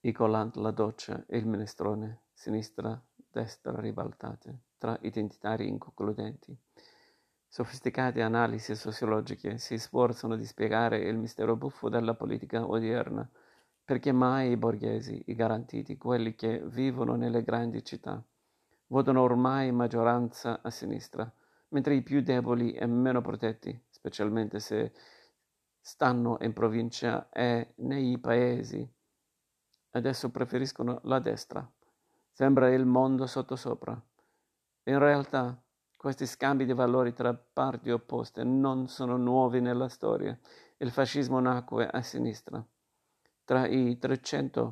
Icolant la doccia e il minestrone, sinistra, destra ribaltate, tra identitari inconcludenti. Sofisticate analisi sociologiche si sforzano di spiegare il mistero buffo della politica odierna, perché mai i borghesi, i garantiti, quelli che vivono nelle grandi città, votano ormai in maggioranza a sinistra, mentre i più deboli e meno protetti, specialmente se stanno in provincia e nei paesi, adesso preferiscono la destra. Sembra il mondo sottosopra. In realtà, questi scambi di valori tra parti opposte non sono nuovi nella storia. Il fascismo nacque a sinistra. Tra i 300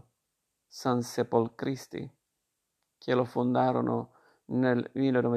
sansepolcristi che lo fondarono nel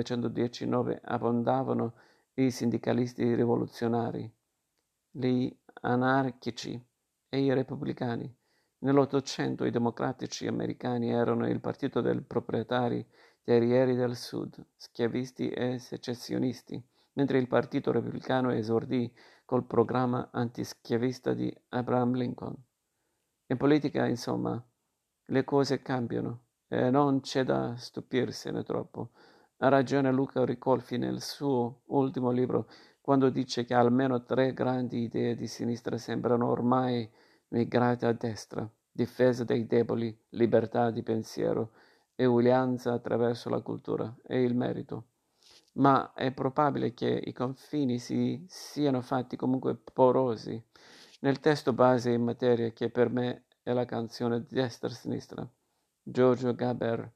1919 abbondavano i sindacalisti rivoluzionari, gli anarchici e i repubblicani. Nell'Ottocento i democratici americani erano il partito dei proprietari terrieri del Sud, schiavisti e secessionisti, mentre il partito repubblicano esordì col programma antischiavista di Abraham Lincoln. In politica, insomma, le cose cambiano e non c'è da stupirsene troppo. Ha ragione Luca Ricolfi nel suo ultimo libro quando dice che almeno 3 grandi idee di sinistra sembrano ormai migrate a destra: difesa dei deboli, libertà di pensiero e uguaglianza attraverso la cultura e il merito. Ma è probabile che i confini si siano fatti comunque porosi nel testo base in materia, che per me è la canzone di destra-sinistra. Giorgio Gaber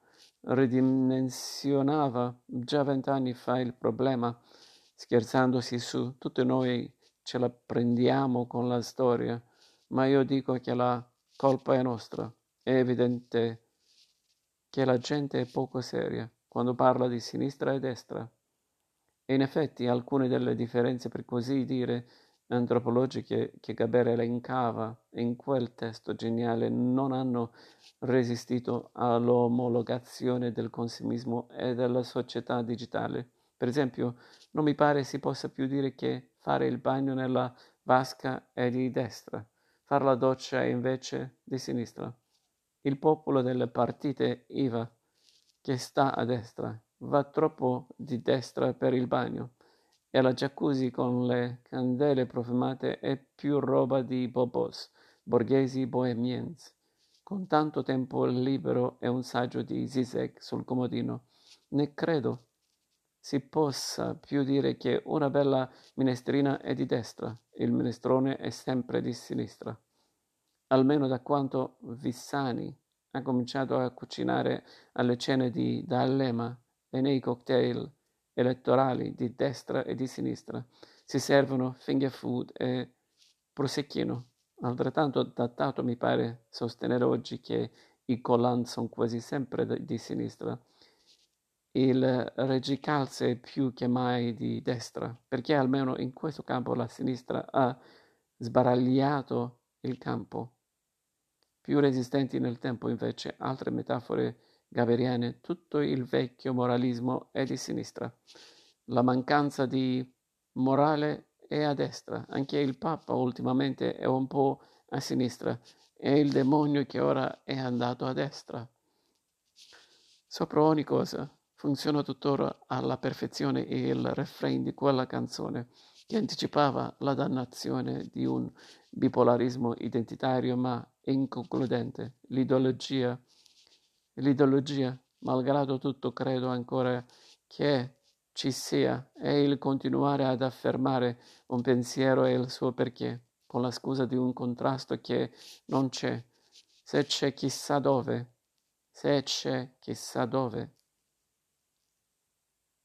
ridimensionava già 20 anni fa il problema, scherzandosi su tutti noi ce la prendiamo con la storia, ma io dico che la colpa è nostra. È evidente che la gente è poco seria quando parla di sinistra e destra. E in effetti alcune delle differenze, per così dire, antropologiche che Gaber elencava in quel testo geniale non hanno resistito all'omologazione del consumismo e della società digitale. Per esempio, non mi pare si possa più dire che fare il bagno nella vasca è di destra, fare la doccia è invece di sinistra. Il popolo delle partite IVA, che sta a destra, va troppo di destra per il bagno, e la jacuzzi con le candele profumate è più roba di bobos, borghesi bohemiens, con tanto tempo libero e un saggio di Zizek sul comodino. Ne credo si possa più dire che una bella minestrina è di destra, il minestrone è sempre di sinistra. Almeno da quando Vissani ha cominciato a cucinare alle cene di D'Alema e nei cocktail elettorali di destra e di sinistra si servono finger food e prosecchino. Altrettanto datato mi pare sostenere oggi che i Golan sono quasi sempre di sinistra. Il reggicalze è più che mai di destra, perché almeno in questo campo la sinistra ha sbaragliato il campo. Più resistenti nel tempo, invece, altre metafore gaberiane, tutto il vecchio moralismo è di sinistra. La mancanza di morale è a destra. Anche il Papa ultimamente è un po' a sinistra. È il demonio che ora è andato a destra. Sopra ogni cosa funziona tuttora alla perfezione il refrain di quella canzone che anticipava la dannazione di un bipolarismo identitario ma inconcludente. L'ideologia, malgrado tutto, credo ancora che ci sia, è il continuare ad affermare un pensiero e il suo perché, con la scusa di un contrasto che non c'è, se c'è chissà dove.